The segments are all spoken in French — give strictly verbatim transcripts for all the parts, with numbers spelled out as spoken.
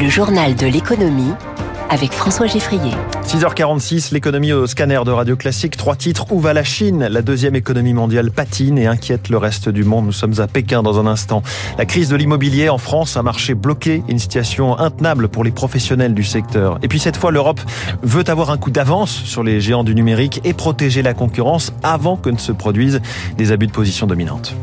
Le journal de l'économie avec François Geffrier. six heures quarante-six, l'économie au scanner de Radio Classique. Trois titres. Où va la Chine ? La deuxième économie mondiale patine et inquiète le reste du monde. Nous sommes à Pékin dans un instant. La crise de l'immobilier en France, un marché bloqué, une situation intenable pour les professionnels du secteur. Et puis cette fois, l'Europe veut avoir un coup d'avance sur les géants du numérique et protéger la concurrence avant que ne se produisent des abus de position dominante.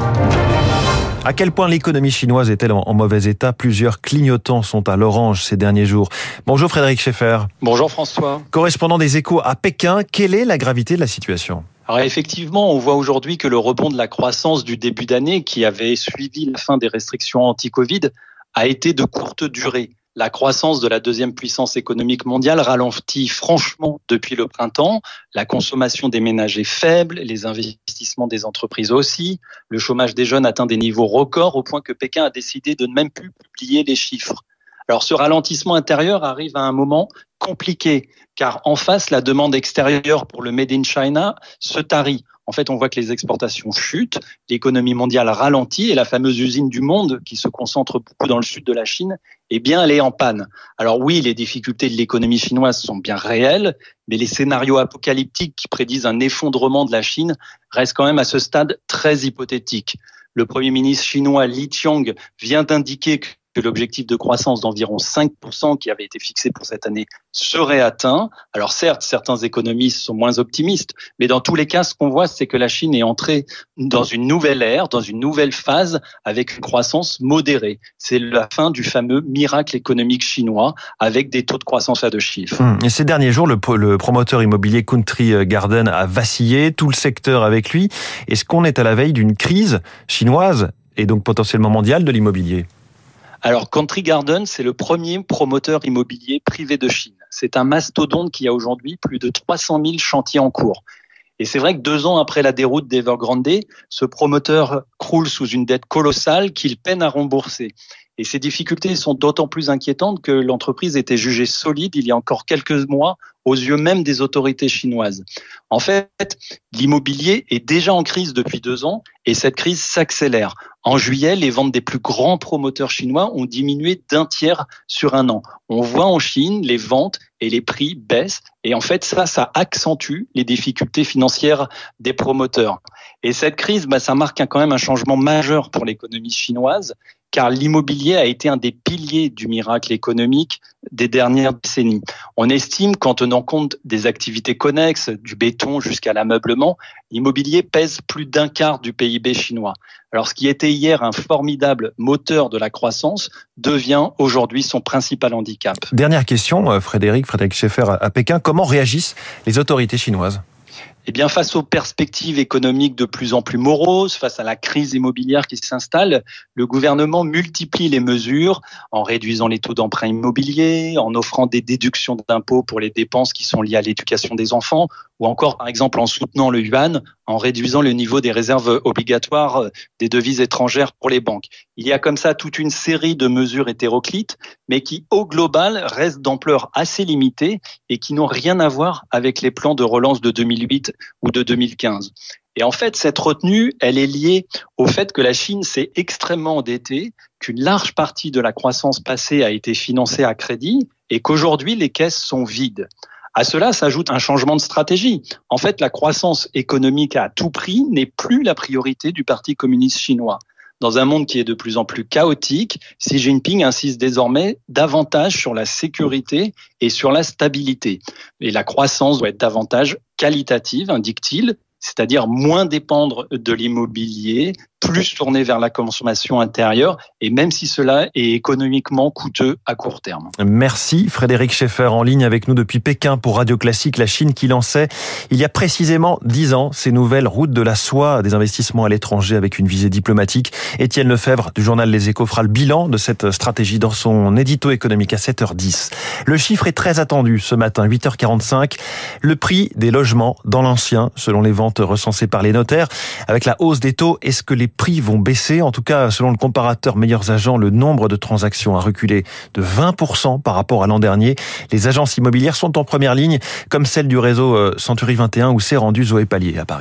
À quel point l'économie chinoise est-elle en mauvais état ? Plusieurs clignotants sont à l'orange ces derniers jours. Bonjour Frédéric Schaeffer. Bonjour François. Correspondant des Échos à Pékin, quelle est la gravité de la situation ? Alors effectivement, on voit aujourd'hui que le rebond de la croissance du début d'année, qui avait suivi la fin des restrictions anti-Covid, a été de courte durée. La croissance de la deuxième puissance économique mondiale ralentit franchement depuis le printemps. La consommation des ménages est faible, les investissements des entreprises aussi. Le chômage des jeunes atteint des niveaux records au point que Pékin a décidé de ne même plus publier les chiffres. Alors ce ralentissement intérieur arrive à un moment compliqué, car en face, la demande extérieure pour le Made in China se tarit. En fait, on voit que les exportations chutent, l'économie mondiale ralentit et la fameuse usine du monde, qui se concentre beaucoup dans le sud de la Chine, eh bien, elle est en panne. Alors oui, les difficultés de l'économie chinoise sont bien réelles, mais les scénarios apocalyptiques qui prédisent un effondrement de la Chine restent quand même à ce stade très hypothétiques. Le Premier ministre chinois Li Qiang vient d'indiquer que que l'objectif de croissance d'environ cinq pour cent qui avait été fixé pour cette année serait atteint. Alors certes, certains économistes sont moins optimistes, mais dans tous les cas, ce qu'on voit, c'est que la Chine est entrée dans une nouvelle ère, dans une nouvelle phase avec une croissance modérée. C'est la fin du fameux miracle économique chinois avec des taux de croissance à deux chiffres. Et ces derniers jours, le, le promoteur immobilier Country Garden a vacillé, tout le secteur avec lui. Est-ce qu'on est à la veille d'une crise chinoise et donc potentiellement mondiale de l'immobilier ? Alors, Country Garden, c'est le premier promoteur immobilier privé de Chine. C'est un mastodonte qui a aujourd'hui plus de trois cent mille chantiers en cours. Et c'est vrai que deux ans après la déroute d'Evergrande, ce promoteur croule sous une dette colossale qu'il peine à rembourser. Et ces difficultés sont d'autant plus inquiétantes que l'entreprise était jugée solide il y a encore quelques mois aux yeux même des autorités chinoises. En fait, l'immobilier est déjà en crise depuis deux ans et cette crise s'accélère. En juillet, les ventes des plus grands promoteurs chinois ont diminué d'un tiers sur un an. On voit en Chine les ventes et les prix baissent et en fait ça, ça accentue les difficultés financières des promoteurs. Et cette crise, bah, ça marque quand même un changement majeur pour l'économie chinoise, car l'immobilier a été un des piliers du miracle économique des dernières décennies. On estime qu'en tenant compte des activités connexes, du béton jusqu'à l'ameublement, l'immobilier pèse plus d'un quart du P I B chinois. Alors ce qui était hier un formidable moteur de la croissance devient aujourd'hui son principal handicap. Dernière question, Frédéric, Frédéric Schaeffer à Pékin. Comment réagissent les autorités chinoises ? Eh bien, face aux perspectives économiques de plus en plus moroses, face à la crise immobilière qui s'installe, le gouvernement multiplie les mesures en réduisant les taux d'emprunt immobilier, en offrant des déductions d'impôts pour les dépenses qui sont liées à l'éducation des enfants, ou encore, par exemple, en soutenant le yuan, en réduisant le niveau des réserves obligatoires des devises étrangères pour les banques. Il y a comme ça toute une série de mesures hétéroclites, mais qui, au global, restent d'ampleur assez limitée et qui n'ont rien à voir avec les plans de relance de deux mille huit ou de deux mille quinze. Et en fait, cette retenue, elle est liée au fait que la Chine s'est extrêmement endettée, qu'une large partie de la croissance passée a été financée à crédit et qu'aujourd'hui, les caisses sont vides. À cela s'ajoute un changement de stratégie. En fait, la croissance économique à tout prix n'est plus la priorité du Parti communiste chinois. Dans un monde qui est de plus en plus chaotique, Xi Jinping insiste désormais davantage sur la sécurité et sur la stabilité. Et la croissance doit être davantage qualitative, indique-t-il, c'est-à-dire moins dépendre de l'immobilier, plus tourner vers la consommation intérieure, et même si cela est économiquement coûteux à court terme. Merci Frédéric Schaeffer, en ligne avec nous depuis Pékin pour Radio Classique. La Chine qui lançait il y a précisément dix ans ces nouvelles routes de la soie, des investissements à l'étranger avec une visée diplomatique. Étienne Lefebvre du journal Les Échos fera le bilan de cette stratégie dans son édito économique à sept heures dix. Le chiffre est très attendu ce matin, huit heures quarante-cinq. Le prix des logements dans l'ancien, selon les ventes recensées par les notaires. Avec la hausse des taux, est-ce que les prix vont baisser? En tout cas, selon le comparateur Meilleurs Agents, le nombre de transactions a reculé de vingt pour cent par rapport à l'an dernier. Les agences immobilières sont en première ligne, comme celle du réseau Century vingt et un où s'est rendu Zoé Pallier à Paris.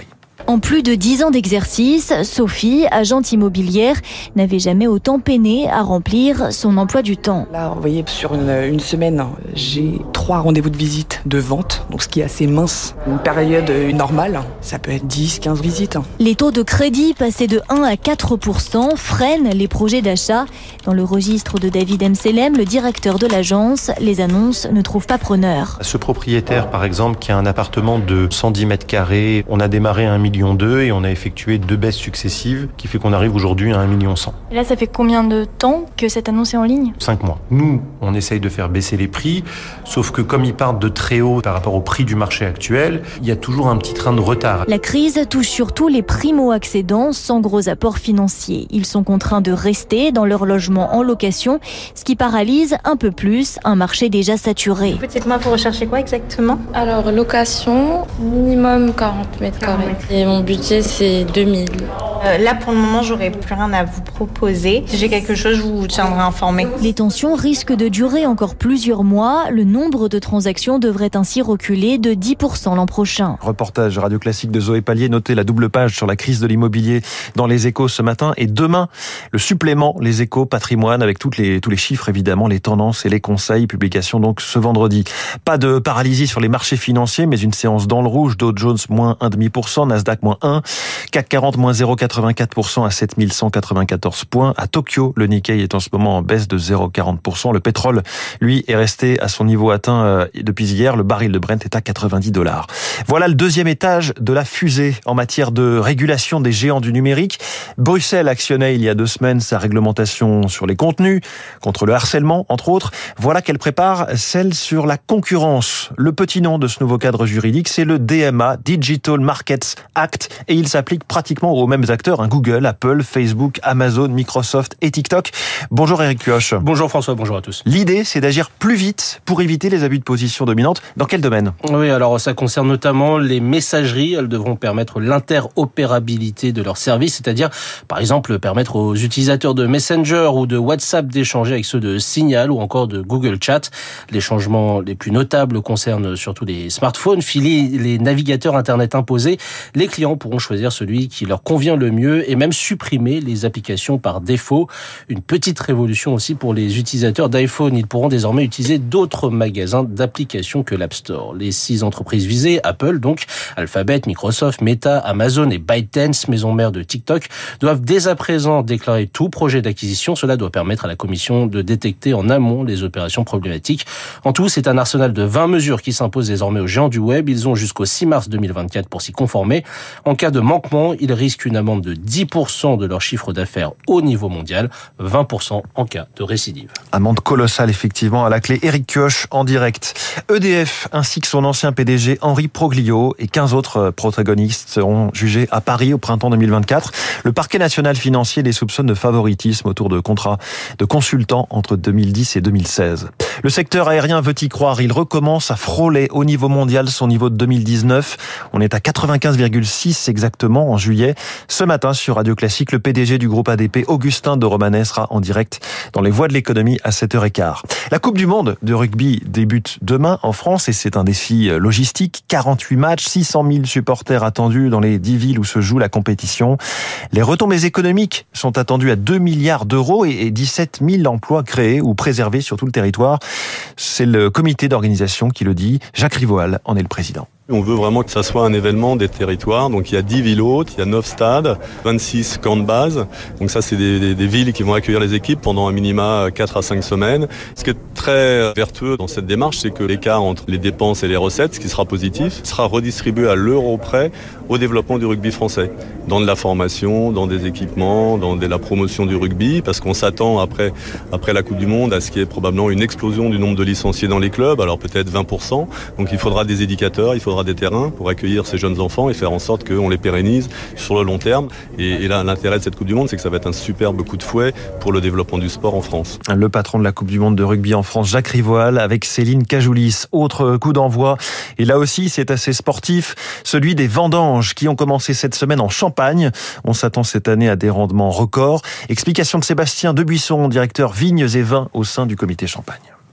En plus de dix ans d'exercice, Sophie, agente immobilière, n'avait jamais autant peiné à remplir son emploi du temps. Là, vous voyez, sur une, une semaine, j'ai trois rendez-vous de visite de vente, donc ce qui est assez mince. Une période normale, ça peut être dix, quinze visites. Les taux de crédit passés de un à quatre pour cent freinent les projets d'achat. Dans le registre de David Mselem, le directeur de l'agence, les annonces ne trouvent pas preneur. Ce propriétaire, par exemple, qui a un appartement de cent dix mètres carrés, on a démarré à un million deux et on a effectué deux baisses successives qui fait qu'on arrive aujourd'hui à un million cent. Et là, ça fait combien de temps que cette annonce est en ligne ? Cinq mois. Nous, on essaye de faire baisser les prix, sauf que comme ils partent de très haut par rapport au prix du marché actuel, il y a toujours un petit train de retard. La crise touche surtout les primo-accédants sans gros apport financier. Ils sont contraints de rester dans leur logement en location, ce qui paralyse un peu plus un marché déjà saturé. Dites-moi, vous recherchez quoi exactement ? Alors, location, minimum quarante mètres carrés. Et mon budget, c'est deux mille. Euh, là, pour le moment, j'aurais plus rien à vous proposer. Si j'ai quelque chose, je vous tiendrai informé. Les tensions risquent de durer encore plusieurs mois. Le nombre de transactions devrait ainsi reculer de dix pour cent l'an prochain. Reportage Radio Classique de Zoé Pallier. Notez la double page sur la crise de l'immobilier dans Les Échos ce matin. Et demain, le supplément Les Échos Patrimoine avec toutes les, tous les chiffres, évidemment, les tendances et les conseils. Publication donc ce vendredi. Pas de paralysie sur les marchés financiers, mais une séance dans le rouge. Dow Jones moins un virgule cinq pour cent, Nasdaq moins un, C A C quarante moins zéro virgule quatre-vingt-quatre pour cent à sept mille cent quatre-vingt-quatorze points. À Tokyo, le Nikkei est en ce moment en baisse de zéro virgule quarante pour cent. Le pétrole, lui, est resté à son niveau atteint euh, depuis hier. Le baril de Brent est à quatre-vingt-dix dollars. Voilà le deuxième étage de la fusée en matière de régulation des géants du numérique. Bruxelles actionnait il y a deux semaines sa réglementation sur les contenus, contre le harcèlement, entre autres. Voilà qu'elle prépare celle sur la concurrence. Le petit nom de ce nouveau cadre juridique, c'est le D M A, Digital Markets Act, et il s'applique pratiquement aux mêmes acteurs, hein, Google, Apple, Facebook, Amazon, Microsoft et TikTok. Bonjour Eric Kioch. Bonjour François, bonjour à tous. L'idée, c'est d'agir plus vite pour éviter les abus de position dominante. Dans quel domaine ? Oui, alors ça concerne notamment les messageries. Elles devront permettre l'interopérabilité de leurs services, c'est-à-dire, par exemple, permettre aux utilisateurs de Messenger ou de WhatsApp d'échanger avec ceux de Signal ou encore de Google Chat. Les changements les plus notables concernent surtout les smartphones. Fili les navigateurs Internet imposés, les clients pourront choisir celui qui leur convient le mieux et même supprimer les applications par défaut. Une petite révolution aussi pour les utilisateurs d'iPhone. Ils pourront désormais utiliser d'autres magasins d'applications que l'App Store. Les six entreprises visées, Apple donc, Alphabet, Microsoft, Meta, Amazon et ByteDance, maison mère de TikTok, doivent dès à présent déclarer tout projet d'acquisition. Cela doit permettre à la Commission de détecter en amont les opérations problématiques. En tout, c'est un arsenal de vingt mesures qui s'imposent désormais aux géants du web. Ils ont jusqu'au six mars deux mille vingt-quatre pour s'y conformer. En cas de manquement, ils risquent une amende de dix pour cent de leur chiffre d'affaires au niveau mondial, vingt pour cent en cas de récidive. Amende colossale, effectivement, à la clé. Eric Kioch en direct. E D F ainsi que son ancien P D G Henri Proglio et quinze autres protagonistes seront jugés à Paris au printemps deux mille vingt-quatre. Le parquet national financier les soupçonne de favoritisme autour de contrats de consultants entre deux mille dix et deux mille seize. Le secteur aérien veut y croire. Il recommence à frôler au niveau mondial son niveau de deux mille dix-neuf. On est à quatre-vingt-quinze virgule six exactement en juillet. Ce matin sur Radio Classique, le P D G du groupe A D P, Augustin de Romanet, sera en direct dans les voies de l'économie à sept heures quinze. La Coupe du Monde de rugby débute demain en France et c'est un défi logistique. quarante-huit matchs, six cent mille supporters attendus dans les dix villes où se joue la compétition. Les retombées économiques sont attendues à deux milliards d'euros et dix-sept mille emplois créés ou préservés sur tout le territoire. C'est le comité d'organisation qui le dit. Jacques Rivoal en est le président. On veut vraiment que ça soit un événement des territoires. Donc il y a dix villes hautes, il y a neuf stades, vingt-six camps de base. Donc ça c'est des, des, des villes qui vont accueillir les équipes pendant un minima quatre à cinq semaines. Ce qui est très vertueux dans cette démarche, c'est que l'écart entre les dépenses et les recettes, ce qui sera positif, sera redistribué à l'euro près au développement du rugby français. Dans de la formation, dans des équipements, dans de la promotion du rugby, parce qu'on s'attend après, après la Coupe du Monde à ce qu'il y ait probablement une explosion du nombre de licenciés dans les clubs, alors peut-être vingt pour cent. Donc il faudra des éducateurs, il faudra des terrains pour accueillir ces jeunes enfants et faire en sorte qu'on les pérennise sur le long terme. Et, et là, l'intérêt de cette Coupe du Monde, c'est que ça va être un superbe coup de fouet pour le développement du sport en France. Le patron de la Coupe du Monde de rugby en France, Jacques Rivoal, avec Céline Cajoulis. Autre coup d'envoi, et là aussi c'est assez sportif, celui des vendanges qui ont commencé cette semaine en Champagne. On s'attend cette année à des rendements records. Explication de Sébastien Debuisson, directeur vignes et vins au sein du comité Champagne.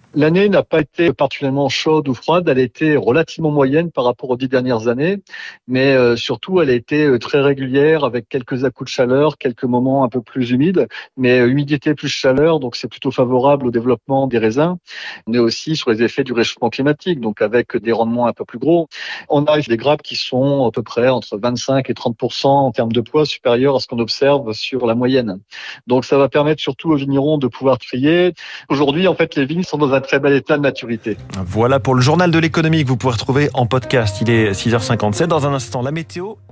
L'année n'a pas été particulièrement chaude ou froide, elle a été relativement moyenne par rapport aux dix dernières années, mais euh, surtout elle a été très régulière avec quelques à-coups de chaleur, quelques moments un peu plus humides, mais humidité plus chaleur, donc c'est plutôt favorable au développement des raisins. On est aussi sur les effets du réchauffement climatique, donc avec des rendements un peu plus gros. On a des grappes qui sont à peu près entre vingt-cinq et trente pour cent en termes de poids supérieur à ce qu'on observe sur la moyenne. Donc ça va permettre surtout aux vignerons de pouvoir trier. Aujourd'hui, en fait, les vignes sont dans un très bel état de maturité. Voilà pour le journal de l'économie que vous pouvez retrouver en podcast. Il est six heures cinquante-sept. Dans un instant, la météo.